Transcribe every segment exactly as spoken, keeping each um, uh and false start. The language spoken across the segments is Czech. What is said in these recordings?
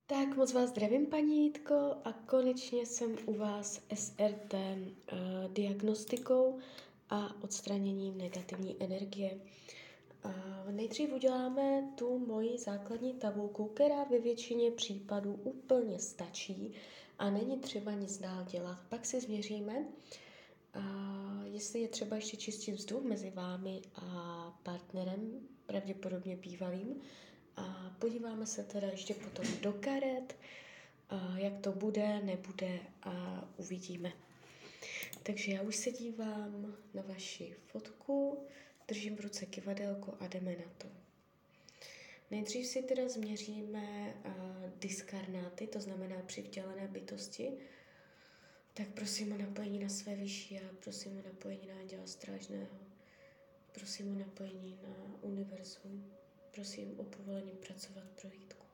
Tak moc vás zdravím, paní Jitko, a konečně jsem u vás S R T uh, diagnostikou a odstraněním negativní energie. Uh, nejdřív uděláme tu moji základní tabulku, která ve většině případů úplně stačí a není třeba nic dál dělat. Pak si změříme, uh, jestli je třeba ještě čistit vzduch mezi vámi a partnerem, pravděpodobně bývalým. A podíváme se teda ještě potom do karet, a jak to bude, nebude a uvidíme. Takže já už se dívám na vaši fotku, držím v ruce kivadelko a jdeme na to. Nejdřív si teda změříme uh, diskarnáty, to znamená přivtělené bytosti. Tak prosím o napojení na své vyšší a prosím o napojení na Anděla Strážného. Prosím o napojení na univerzum. Prosím o povolení pracovat pro Jitku.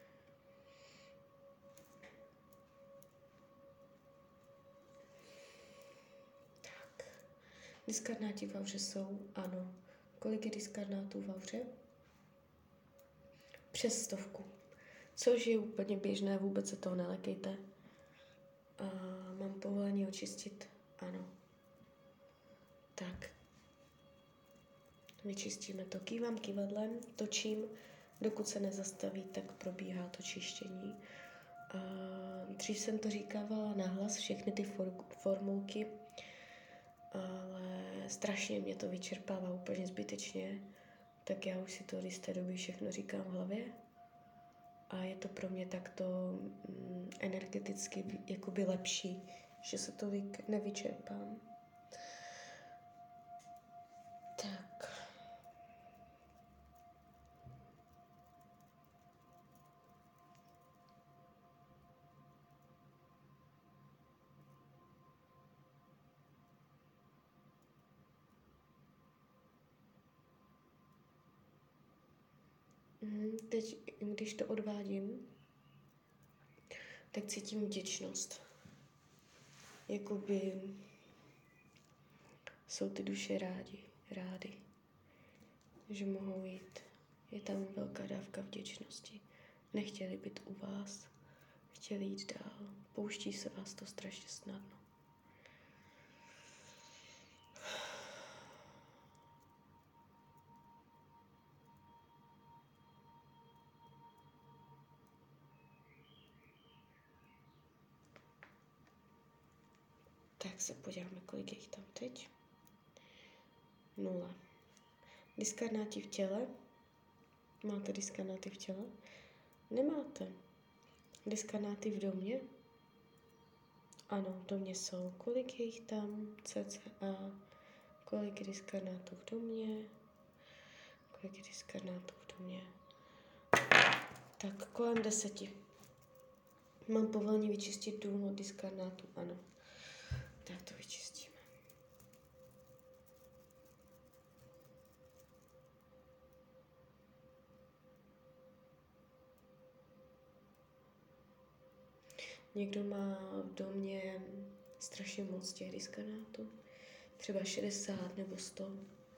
Tak. Diskarnáti v auře jsou? Ano. Kolik je diskarnátů v auře? Přes stovku. Což je úplně běžné, vůbec se toho nelekejte. A mám povolení očistit? Ano. Tak. Vyčistíme to. Kývám kývadlem, točím, dokud se nezastaví, tak probíhá to čištění. A dřív jsem to říkávala nahlas, všechny ty for- formulky, ale strašně mě to vyčerpává úplně zbytečně, tak já už si to z té doby všechno říkám v hlavě a je to pro mě takto mm, energeticky jakoby lepší, že se to vy- nevyčerpám. Tak. Mm, teď, když to odvádím, tak cítím vděčnost. Jakoby jsou ty duše rádi, rády, že mohou jít. Je tam velká dávka vděčnosti. Nechtěli být u vás, chtěli jít dál. Pouští se vás to strašně snadno. Tak se podíváme, kolik je jich tam teď. Nula. Diskarnáti v těle. Máte diskarnáty v těle? Nemáte. Diskarnáty v domě? Ano, v domě jsou. Kolik je jich tam? cca. Kolik je diskarnátů v domě? Kolik je diskarnátů v domě? Tak kolem deseti. Mám povolení vyčistit dům od diskarnátu? Ano. Tak to vyčistíme. Někdo má v domě strašně moc těch diskarnátů. Třeba šedesát nebo sto.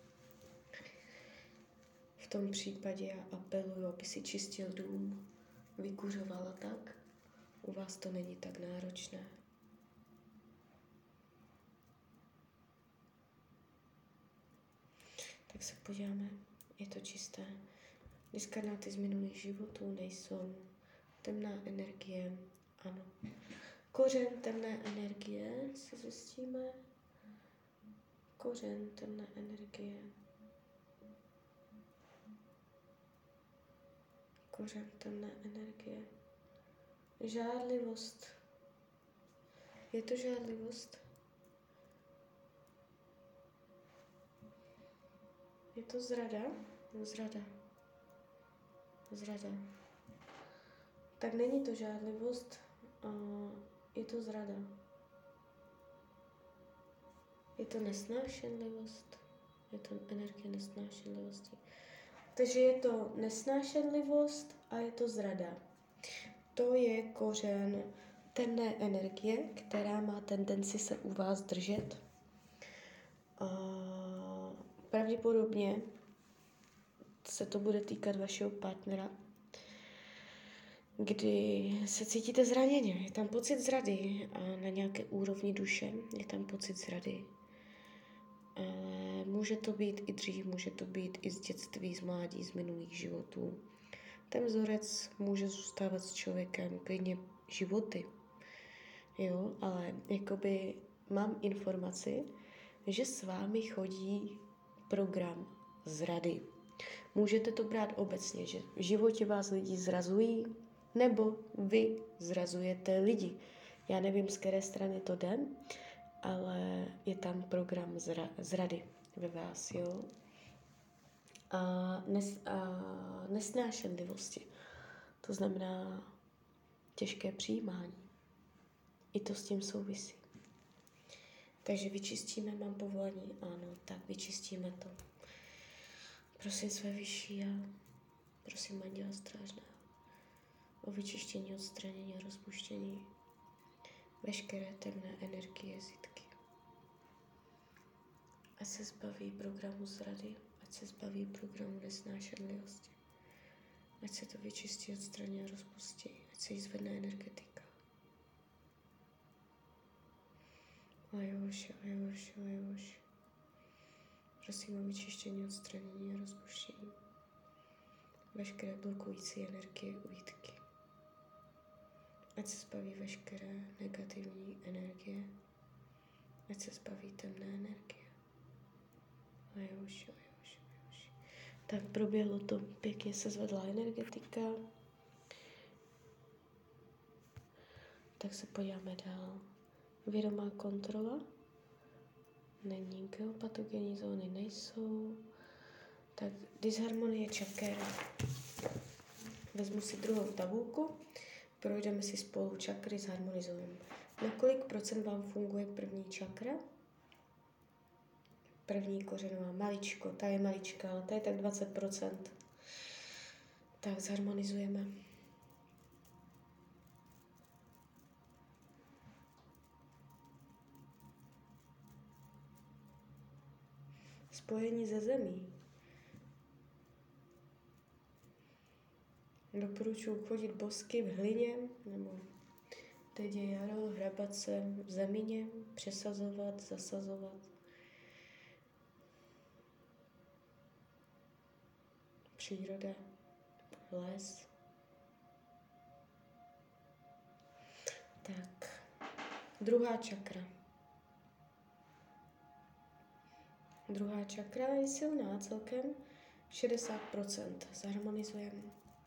V tom případě já apeluju, aby si čistil dům, vykuřoval a tak. U vás to není tak náročné. Tak se podíváme, je to čisté. Diskarnáty z minulých životů nejsou. Temná energie, ano. Kořen temné energie si zjistíme. Kořen temné energie. Kořen temné energie. Žádlivost. Je to žádlivost? Je to zrada? Zrada. Zrada. Tak není to žádlivost, je to zrada. Je to nesnášenlivost. Je to energie nesnášenlivosti. Takže je to nesnášenlivost a je to zrada. To je kořen temné energie, která má tendenci se u vás držet. A pravděpodobně se to bude týkat vašeho partnera. kdy se cítíte zraněně, je tam pocit zrady a na nějaké úrovni duše je tam pocit zrady. Ale může to být i dřív, může to být i z dětství, z mládí, z minulých životů. Ten vzorec může zůstávat s člověkem klidně životy. Jo, ale jakoby mám informaci, že s vámi chodí program zrady. Můžete to brát obecně, že v životě vás lidi zrazují, nebo vy zrazujete lidi. Já nevím, z které strany to jde, ale je tam program zra- zrady ve vás, jo. A, nes- a nesnášenlivosti. To znamená těžké přijímání. I to s tím souvisí. Takže vyčistíme, mám povolení? Ano, tak vyčistíme to. Prosím své vyšší já, prosím Anděla Strážného o vyčištění, odstranění a rozpuštění veškeré temné energie zitky. Ať se zbaví programu zrady, ať se zbaví programu nesnášenlivosti. Ať se to vyčistí, odstraní a rozpustí, ať se jí zvedne energetika. Ajoš, ajoš, ajoš. Prosím o vyčištění, odstranění a rozpuštění veškeré blokující energie u jitky. Ať se zbaví veškeré negativní energie. Ať se zbaví temné energie. Ajoš, ajoš, ajoš. Tak proběhlo to, pěkně se zvedla energetika. Tak se podíváme dál. Vědomá kontrola. Není, geopatogenní zóny nejsou. Tak disharmonie čaker. Vezmu si druhou tabulku, projdeme si spolu čakry, zharmonizujeme. Na kolik procent vám funguje první čakra? První kořenová, maličko, ta je maličká, ale ta je tak dvacet procent. Tak zharmonizujeme. Spojení ze zemí. Doporučuji chodit bosky v hlině, nebo teď je jaro, hrabat se v zemině, přesazovat, zasazovat. Příroda, les. Tak, druhá čakra. Druhá čakra je silná, celkem šedesát procent. Zharmonizujeme.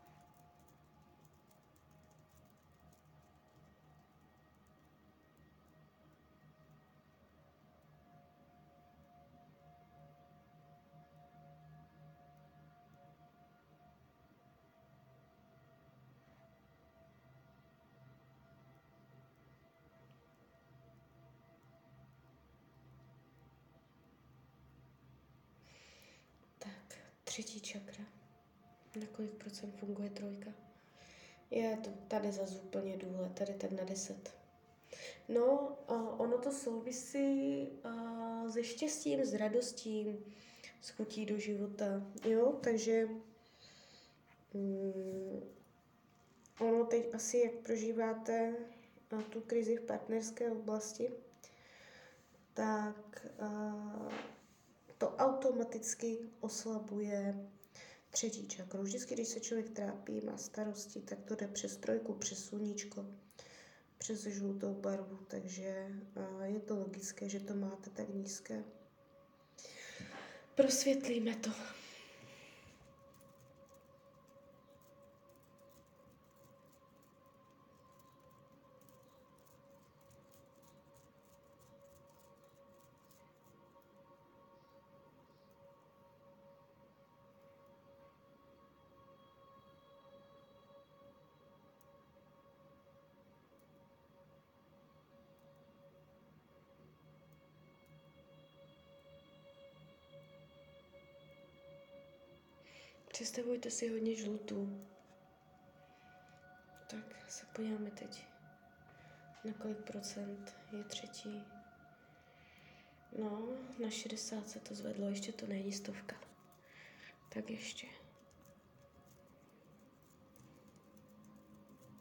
Třetí čakra. Na kolik procent funguje trojka? Je to tady zase úplně důle, tady tak na deset. No, a ono to souvisí a, se štěstím, s radostí, s chutí do života, jo, takže mm, ono teď asi, jak prožíváte a, tu krizi v partnerské oblasti, tak a, to automaticky oslabuje třetí čakru. Vždycky, když se člověk trápí, má starosti, tak to jde přes trojku, přes sluníčko, přes žlutou barvu, takže je to logické, že to máte tak nízké. Prosvětlíme to. Představujte si hodně žlutů. Tak se podíváme teď, na kolik procent je třetí. No, na šedesát se to zvedlo, ještě to není stovka. Tak ještě.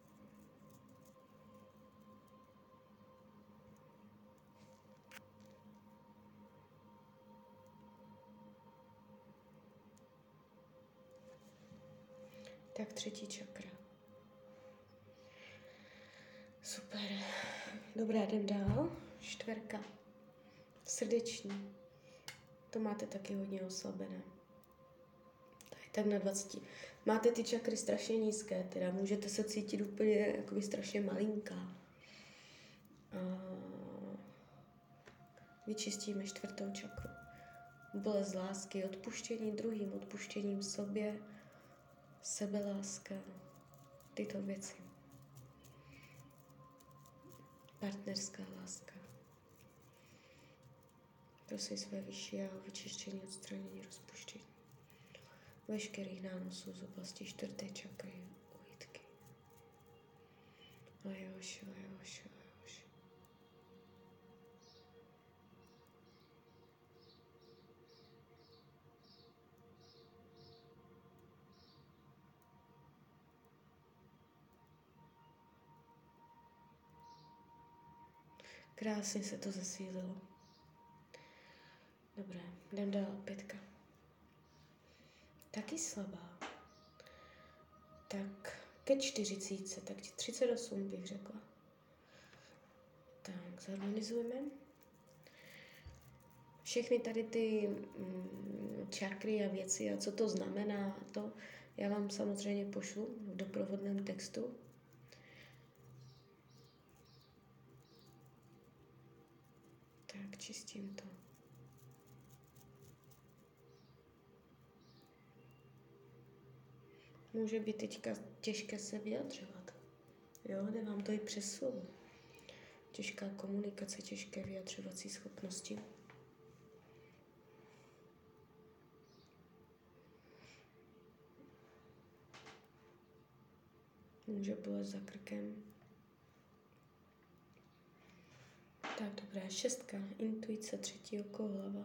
Tak třetí čakra. Super. Dobrá, jdem dál. Čtverka. Srdeční. To máte taky hodně oslabené. Tak na dvacet. Máte ty čakry strašně nízké, teda můžete se cítit úplně jakoby strašně malinká. A vyčistíme čtvrtou čakru. Bolest lásky, odpuštění druhým, odpuštěním sobě, sebeláska, tyto věci. Partnerská láska. Prosím své vyšší a o vyčištění, odstranění, rozpuštění veškerých nánosů z oblasti čtvrté čakry, uhýtky. Ajoš, ajoš, ajoš. Krásně se to zesílilo. Dobré, jdem dál, pětka. Taky slabá. Tak ke čtyřicítce, tak třicet osm bych řekla. Tak, zharmonizujeme. Všechny tady ty mm, čakry a věci a co to znamená, to já vám samozřejmě pošlu v doprovodném textu. Tak, čistím to. Může být teďka těžké se vyjadřovat. Jo, jde vám to i přes slovo. Těžká komunikace, těžké vyjadřovací schopnosti. Může bolet za krkem. Tak, dobré, šestka, intuice, třetí oko, hlava.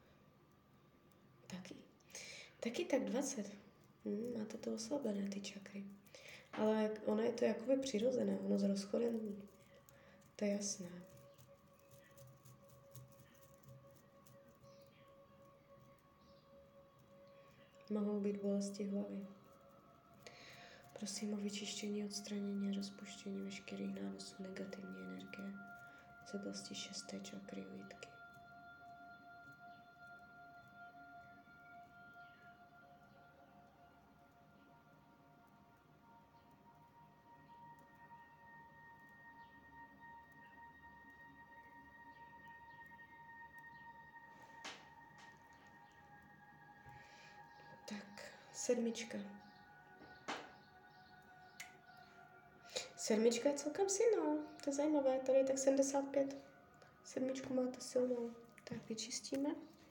Taky. Taky tak dvacet. Hmm, máte to oslabené, ty čakry. Ale ono je to jakoby přirozené, ono s rozchodem, to je jasné. Mohou být bolesti hlavy. Prosím o vyčištění, odstranění a rozpuštění veškerých nánosů negativní energie z oblasti šesté čakry uhýtky. Tak, sedmička. Sedmička je celkem silná, to je zajímavé, tady je tak sedmdesát pět. Sedmičku máte silnou. Tak vyčistíme.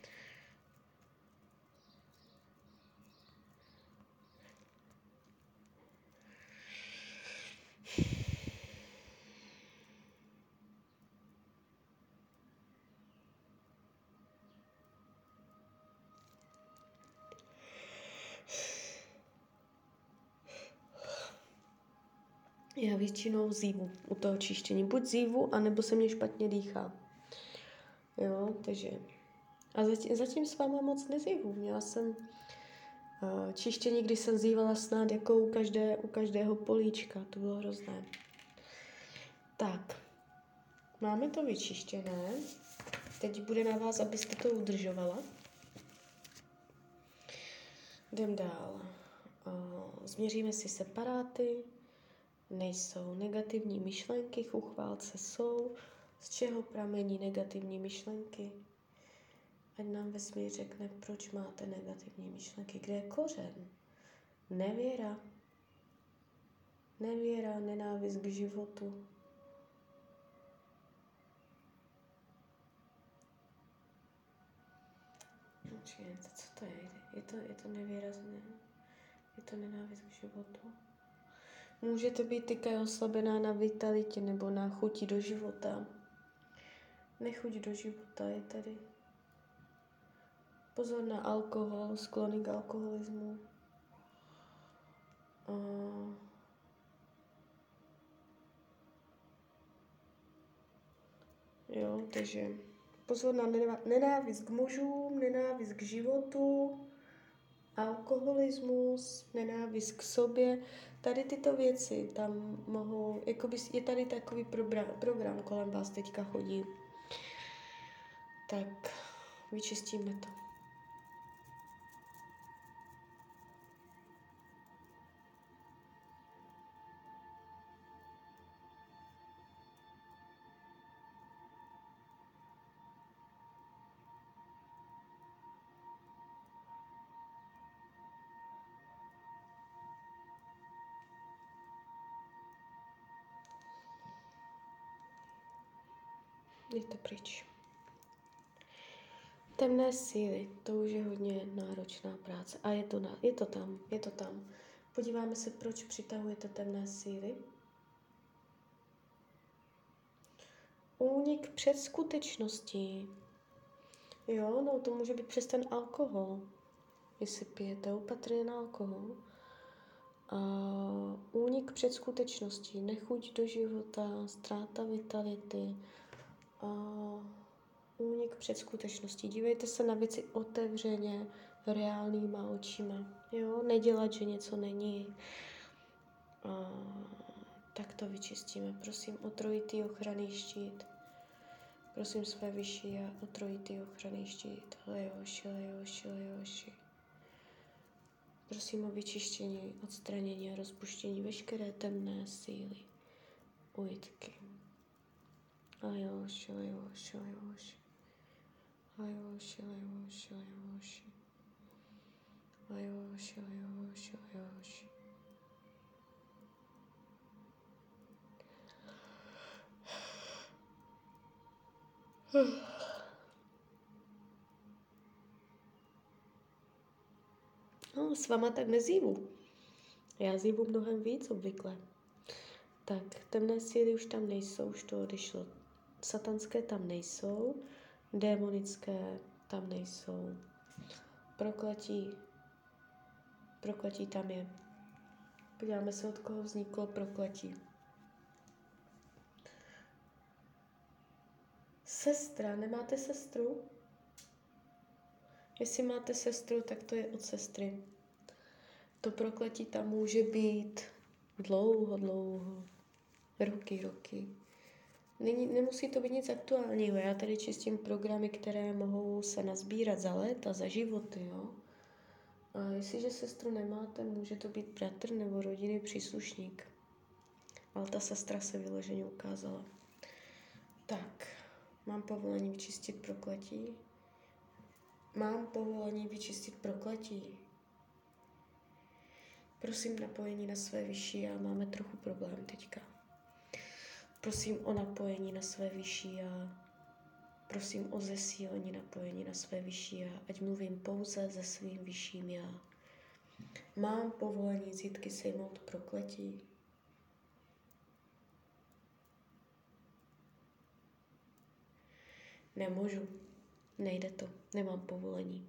Já většinou zívu u toho čištění. Buď zívu, anebo se mě špatně dýchá. Jo, takže... A zatím, zatím s váma moc nezívu. Měla jsem uh, čištění, kdy jsem zívala snad jako u, každé, u každého políčka. To bylo hrozné. Tak. Máme to vyčištěné. Teď bude na vás, abyste to udržovala. Jdem dál. Uh, změříme si separáty. Nejsou. Negativní myšlenky, k uchválce jsou. Z čeho pramení negativní myšlenky? Ať nám vesmír řekne, proč máte negativní myšlenky. Kde je kořen? Nevěra. Nevěra, nenávist k životu. Počkejte, co to je? Je to, je to nevěra, ne? Je to nenávist k životu? Můžete být týka oslabená na vitalitě nebo na chuti do života. Nechuť do života je tady. Pozor na alkohol, sklony k alkoholismu. A... Jo, takže pozor na nenávist k mužům, nenávist k životu. alkoholismus, nenávist k sobě, tady tyto věci tam mohou, jakoby je tady takový program, program kolem vás teďka chodí. Tak vyčistíme to. Je to pryč. Temné síly, to už je hodně náročná práce. A je to, na, je to tam, je to tam. Podíváme se, proč přitahujete temné síly. Únik před skutečností. Jo, no to může být přes ten alkohol. Jestli pijete, opatrně na alkohol. A únik před skutečností, nechuť do života, ztráta vitality, a únik před skutečností. Dívejte se na věci otevřeně, reálnýma očima. Jo, nedělat, že něco není. A tak to vyčistíme. Prosím o trojitý ochranný štít. Prosím své vyšší a o trojitý ochranný štít. Lejoši, lejoši, lejoši. Prosím o vyčištění, odstranění a rozpuštění veškeré temné síly. Ujitky. Lejoši, lejoši, lejoši. Lejoši, lejoši, lejoši. Lejoši, lejoši, lejoši. No, s váma tak nezívu. Já zívu mnohem víc obvykle. Tak, temné síly už tam nejsou, už to odešlo. Satanské tam nejsou, démonické tam nejsou. Prokletí, prokletí tam je. Podíváme se, od koho vzniklo prokletí. Sestra, nemáte sestru? Jestli máte sestru, tak to je od sestry. To prokletí tam může být dlouho, dlouho. Roky, roky. Není, nemusí to být nic aktuálního. Já tady čistím programy, které mohou se nazbírat za léta, za životy. Jo? A jestliže sestru nemáte, může to být bratr nebo rodinný příslušník. Ale ta sestra se vyloženě ukázala. Tak, mám povolení vyčistit prokletí. Mám povolení vyčistit prokletí. Prosím napojení na své vyšší a máme trochu problém teďka. Prosím o napojení na své vyšší a prosím o zesílení napojení na své vyšší já, ať mluvím pouze se svým vyšším já. Mám povolení z jitky sejmout prokletí. Nemůžu, nejde to, nemám povolení.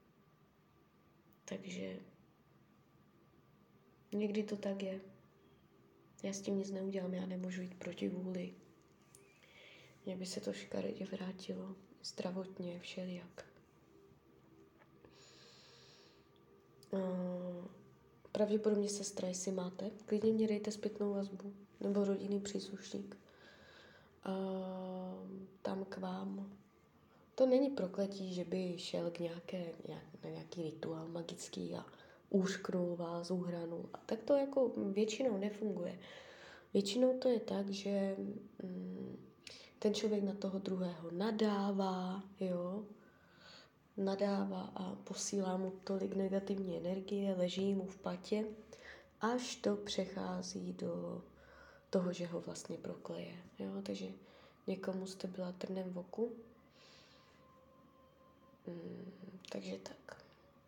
Takže někdy to tak je. Já s tím nic neudělám, já nemůžu jít proti vůli. Mně by se to škaredě vrátilo, zdravotně, všelijak. Uh, pravděpodobně sestra, jestli máte, klidně mě dejte zpětnou vazbu, nebo rodinný příslušník. Uh, tam k vám. To není prokletí, že by šel k nějaké, na nějaký rituál magický a úšknul vás, uhranu. A tak to jako většinou nefunguje. Většinou to je tak, že mm, ten člověk na toho druhého nadává, jo, nadává a posílá mu tolik negativní energie, leží mu v patě, až to přechází do toho, že ho vlastně prokleje. Jo? Takže někomu jste byla trnem v oku. Mm, takže tak.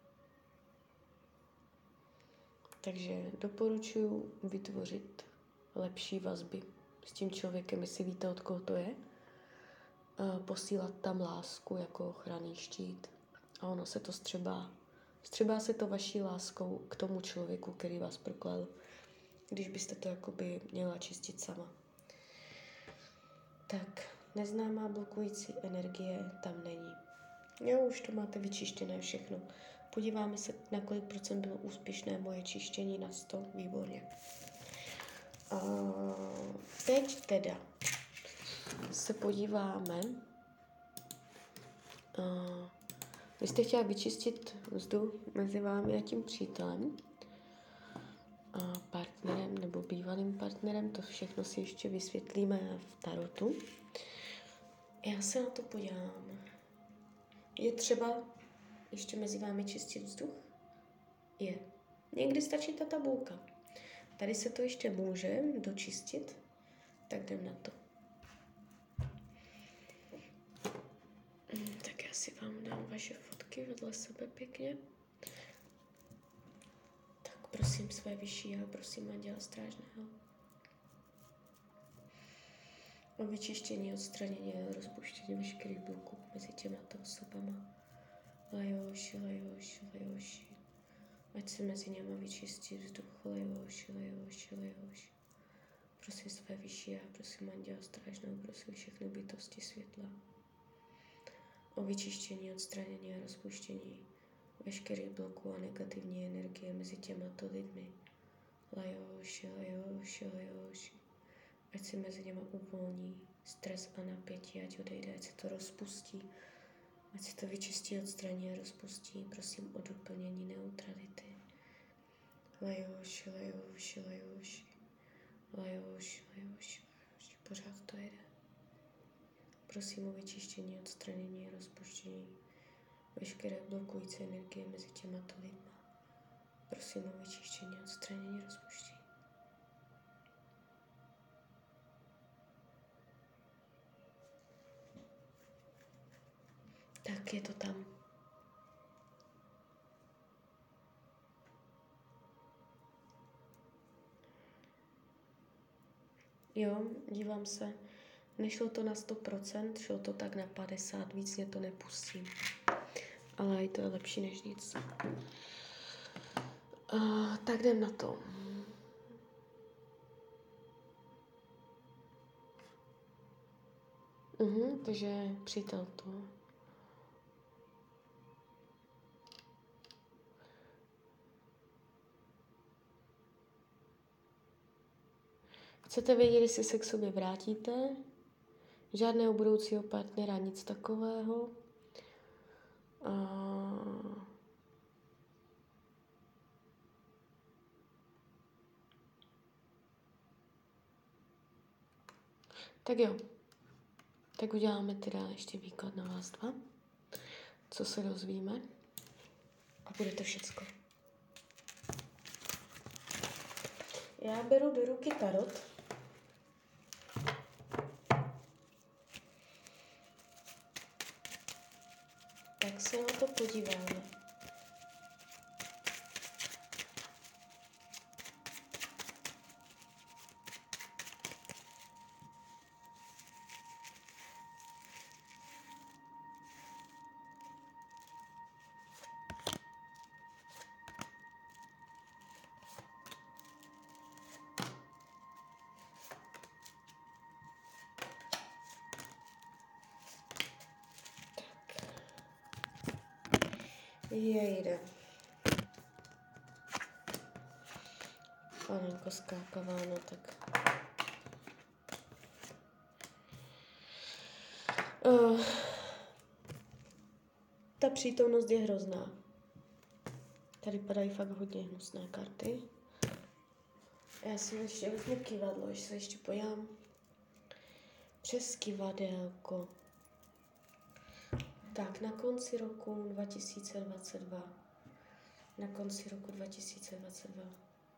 Takže doporučuji vytvořit lepší vazby s tím člověkem, jestli víte, od koho to je. A posílat tam lásku jako ochranný štít. A ono se to střebá. Střebá se to vaší láskou k tomu člověku, který vás proklel, když byste to jakoby měla čistit sama. Tak, neznámá blokující energie tam není. Jo, už to máte vyčištěné všechno. podíváme se, na kolik procent bylo úspěšné moje čištění na sto. Výborně. A teď teda se podíváme. A vy jste chtěla vyčistit vzduch mezi vámi a tím přítelem, a partnerem nebo bývalým partnerem. To všechno si ještě vysvětlíme v tarotu. Já se na to podívám. Je třeba ještě mezi vámi čistit vzduch? Je. Někdy stačí ta tabulka. Tady se to ještě může dočistit, tak jdem na to. Tak já si vám dám vaše fotky vedle sebe pěkně. Tak prosím své vyšší a prosím Anděla Strážného o vyčištění, odstranění a rozpuštění veškerých bloků mezi těmato osobama. Lajoši, lajoši, lajoši. Ať se mezi něma vyčistí vzduch. Lajoši, lajoši, lajoši. Prosím své vyšší a prosím Anděla Strážného, prosím všechny bytosti světla o vyčištění, odstranění a rozpuštění veškerých bloků a negativní energie mezi těmato lidmi. Lajoši, lajoši, lajoši. Ať se mezi něma uvolní stres a napětí, ať odejde, ať se to rozpustí, ať se to vyčistí, odstraní a rozpustí. Prosím o doplnění neutrality. Lajoši, lajoši, lajoši. Lajoši, lajoši, lajoši. Pořád to jede. Prosím o vyčištění, odstranění a rozpuštění veškeré blokující energie mezi těmato lidma. Prosím o vyčištění, odstranění, rozpuštění. Tak je to tam. Jo, dívám se. Nešlo to na sto procent, šlo to tak na padesát, víc mě to nepustím. Ale i to je lepší než nic. Uh, tak jdem na to. Uh-huh, takže přítel to. Chcete vědět, jestli se k sobě vrátíte? Žádného budoucího partnera, nic takového. A... Tak jo. Tak uděláme teda ještě výklad na vás dva. Co se dozvíme. A bude to všecko. Já beru do ruky tarot. Tak se na to podíváme. Jejde. Panenko skákavá, no tak. Uh, ta přítomnost je hrozná. Tady padají fakt hodně hnusné karty. Já si ještě vezmu kivadlo, až se ještě pojám. Přes kivadelko. Tak, na konci roku dva tisíce dvacet dva. Na konci roku dva tisíce dvacet dva.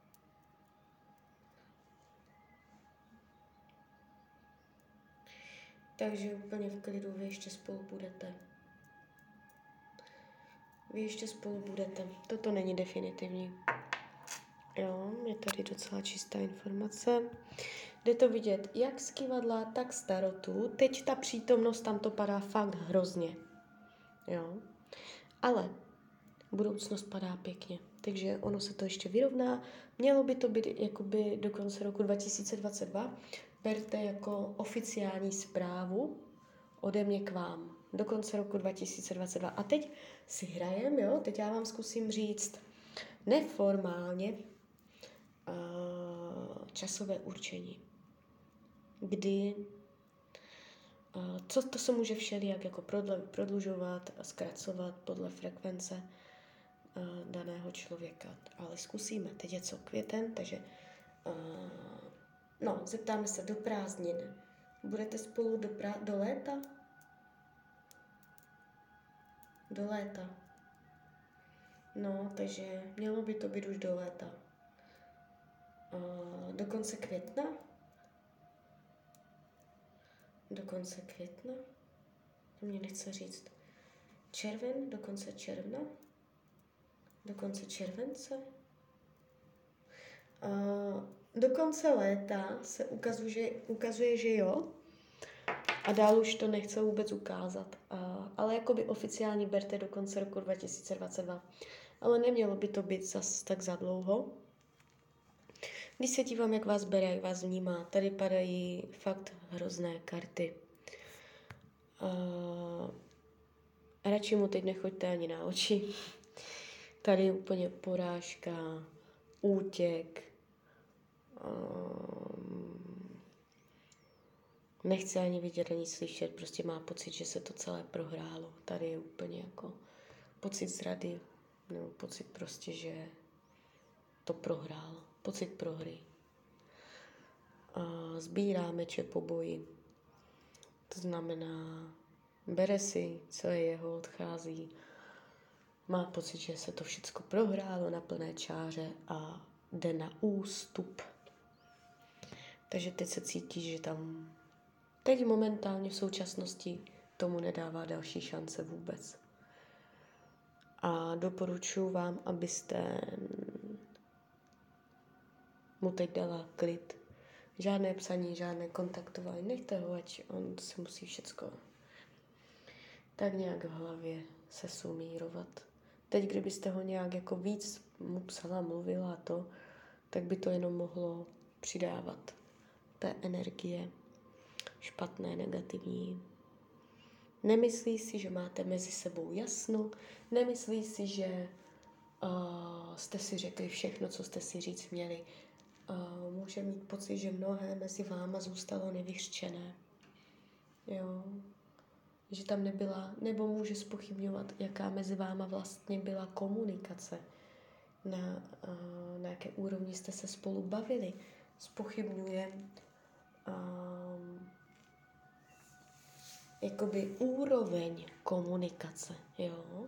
Takže úplně v klidu, vy ještě spolu budete. Vy ještě spolu budete. Toto není definitivní. Jo, je tady docela čistá informace. Jde to vidět jak z kivadla, tak z tarotu. Teď ta přítomnost tam to padá fakt hrozně. Jo, ale budoucnost padá pěkně, takže ono se to ještě vyrovná. Mělo by to být jakoby do konce roku dva tisíce dvacet dva. Berte jako oficiální zprávu ode mě k vám. do konce roku dva tisíce dvacet dva. A teď si hrajem, jo, teď já vám zkusím říct neformálně uh, časové určení, kdy uh, co to se může všelijak jako prodlužovat a zkracovat podle frekvence uh, daného člověka. Ale zkusíme. Teď je co květen, takže uh, no, zeptáme se do prázdnin. Budete spolu do, pra- do léta? Do léta. No, takže mělo by to být už do léta. Uh, do konce května? Do konce května? To mě nechce říct. Červen? Do konce června? Do konce července? Uh, do konce léta se ukazuje, ukazuje, že jo. A dál už to nechce vůbec ukázat. Uh, ale jakoby oficiálně berte do konce roku dva tisíce dvacet dva. Ale nemělo by to být zas tak za dlouho. Když se dívám, jak vás bere, jak vás vnímá, tady padají fakt hrozné karty. Uh, radši mu teď nechoďte ani na oči. Tady je úplně porážka, útěk. Um, nechce ani vidět, ani slyšet. Prostě má pocit, že se to celé prohrálo. Tady je úplně jako pocit zrady. Nebo pocit prostě, že to prohrál. Pocit prohry. A sbírá meče po boji. To znamená, bere si, co je jeho, odchází. Má pocit, že se to všechno prohrálo na plné čáře a jde na ústup. Takže teď se cítí, že tam teď momentálně v současnosti tomu nedává další šance vůbec. A doporučuji vám, abyste mu teď dala klid. Žádné psaní, žádné kontaktování. Nechte ho, ať on se musí všecko tak nějak v hlavě se sumírovat. Teď, kdybyste ho nějak jako víc mu psala, mluvila to, tak by to jenom mohlo přidávat té energie špatné, negativní. Nemyslí si, že máte mezi sebou jasno, nemyslí si, že uh, jste si řekli všechno, co jste si říct měli. Uh, může mít pocit, že mnohé mezi váma zůstalo nevyřčené. Jo. Že tam nebyla, nebo může zpochybňovat, jaká mezi váma vlastně byla komunikace, na, uh, na jaké úrovni jste se spolu bavili. Zpochybňuje um, jakoby úroveň komunikace, jo.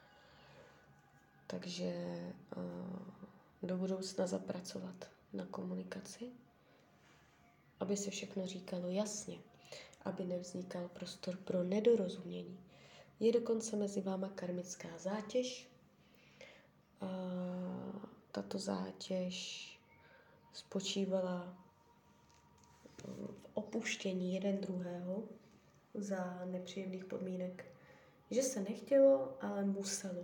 Takže uh, do budoucna zapracovat na komunikaci, aby se všechno říkalo jasně, aby nevznikal prostor pro nedorozumění. Je dokonce mezi váma karmická zátěž. Uh, tato zátěž spočívala v opuštění jeden druhého za nepříjemných podmínek. Že se nechtělo, ale muselo.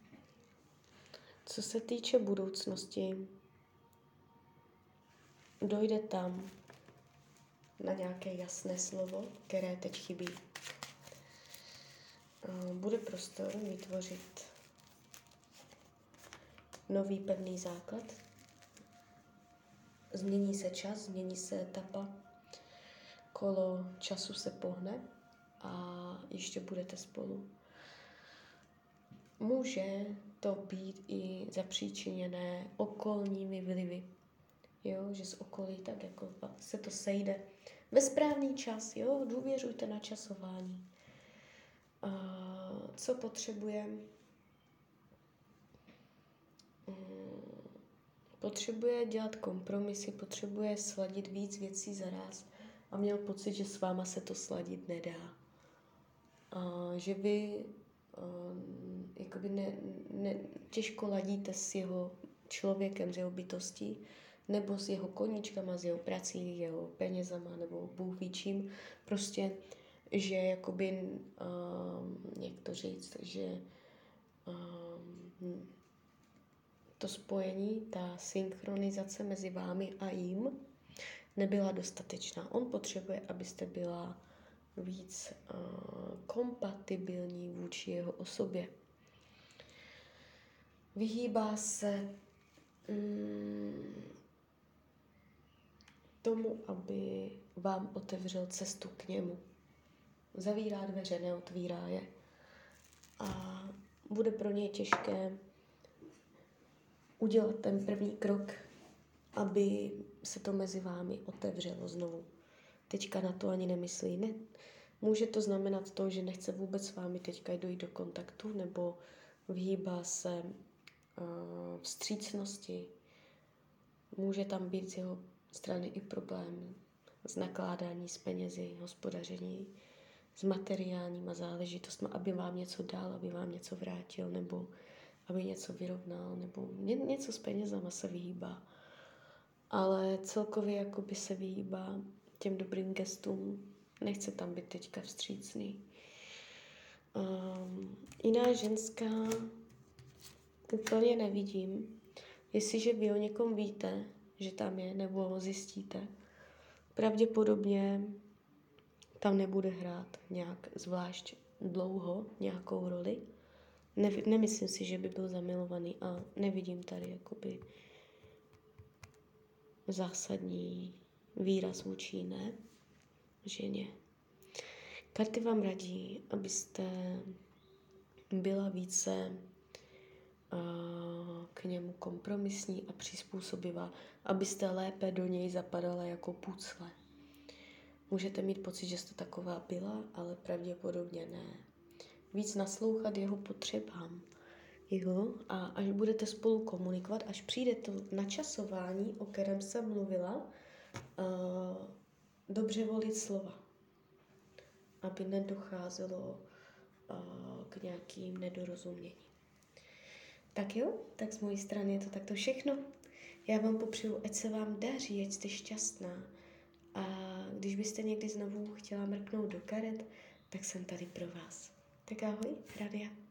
Co se týče budoucnosti, dojde tam na nějaké jasné slovo, které teď chybí. Bude prostor vytvořit nový pevný základ. Změní se čas, změní se etapa, kolo času se pohne a ještě budete spolu. Může to být i zapříčiněné okolními vlivy. Jo, že z okolí tak jako se to sejde ve správný čas, jo, důvěřujte na časování. Uh, co potřebujeme? Um, potřebuje dělat kompromisy, potřebuje sladit víc věcí zaraz a měl pocit, že s váma se to sladit nedá. Uh, že vy um, jakoby ne, ne, těžko ladíte s jeho člověkem, s jeho bytostí, nebo s jeho koníčkama, s jeho prací, jeho penězama, nebo Bůh ví čím. Prostě, že jakoby, um, jak to říct, že um, to spojení, ta synchronizace mezi vámi a jím nebyla dostatečná. On potřebuje, abyste byla víc uh, kompatibilní vůči jeho osobě. Vyhýbá se mm, tomu, aby vám otevřel cestu k němu. Zavírá dveře, neotvírá je. A bude pro něj těžké udělat ten první krok, aby se to mezi vámi otevřelo znovu. Teďka na to ani nemyslí. Ne. Může to znamenat to, že nechce vůbec s vámi teďka dojít do kontaktu, nebo vyhýbá se uh, vstřícnosti. Může tam být z jeho strany i problém s nakládání s penězi, hospodaření, s materiálníma záležitostmi, aby vám něco dal, aby vám něco vrátil, nebo aby něco vyrovnal, nebo ně, něco s penězama se vyhýbá. Ale celkově jakoby se vyhýbá těm dobrým gestům, nechce tam být teďka vstřícný. Um, jiná ženská úplně nevidím. Jestliže vy o někom víte, že tam je, nebo ho zjistíte, pravděpodobně tam nebude hrát nějak zvlášť dlouho nějakou roli. Ne, nemyslím si, že by byl zamilovaný a nevidím tady jakoby zásadní výraz vůči jiné ženě. Karty vám radí, abyste byla více uh, k němu kompromisní a přizpůsobivá, abyste lépe do něj zapadala jako pucle. Můžete mít pocit, že jste taková byla, ale pravděpodobně ne. Víc naslouchat jeho potřebám. Jo? A až budete spolu komunikovat, až přijde to načasování, o kterém jsem mluvila, uh, dobře volit slova, aby nedocházelo uh, k nějakým nedorozuměním. Tak jo, tak z mojí strany je to takto všechno. Já vám popřeju, ať se vám daří, ať jste šťastná. A když byste někdy znovu chtěla mrknout do karet, tak jsem tady pro vás. Tak ahoj, Radia.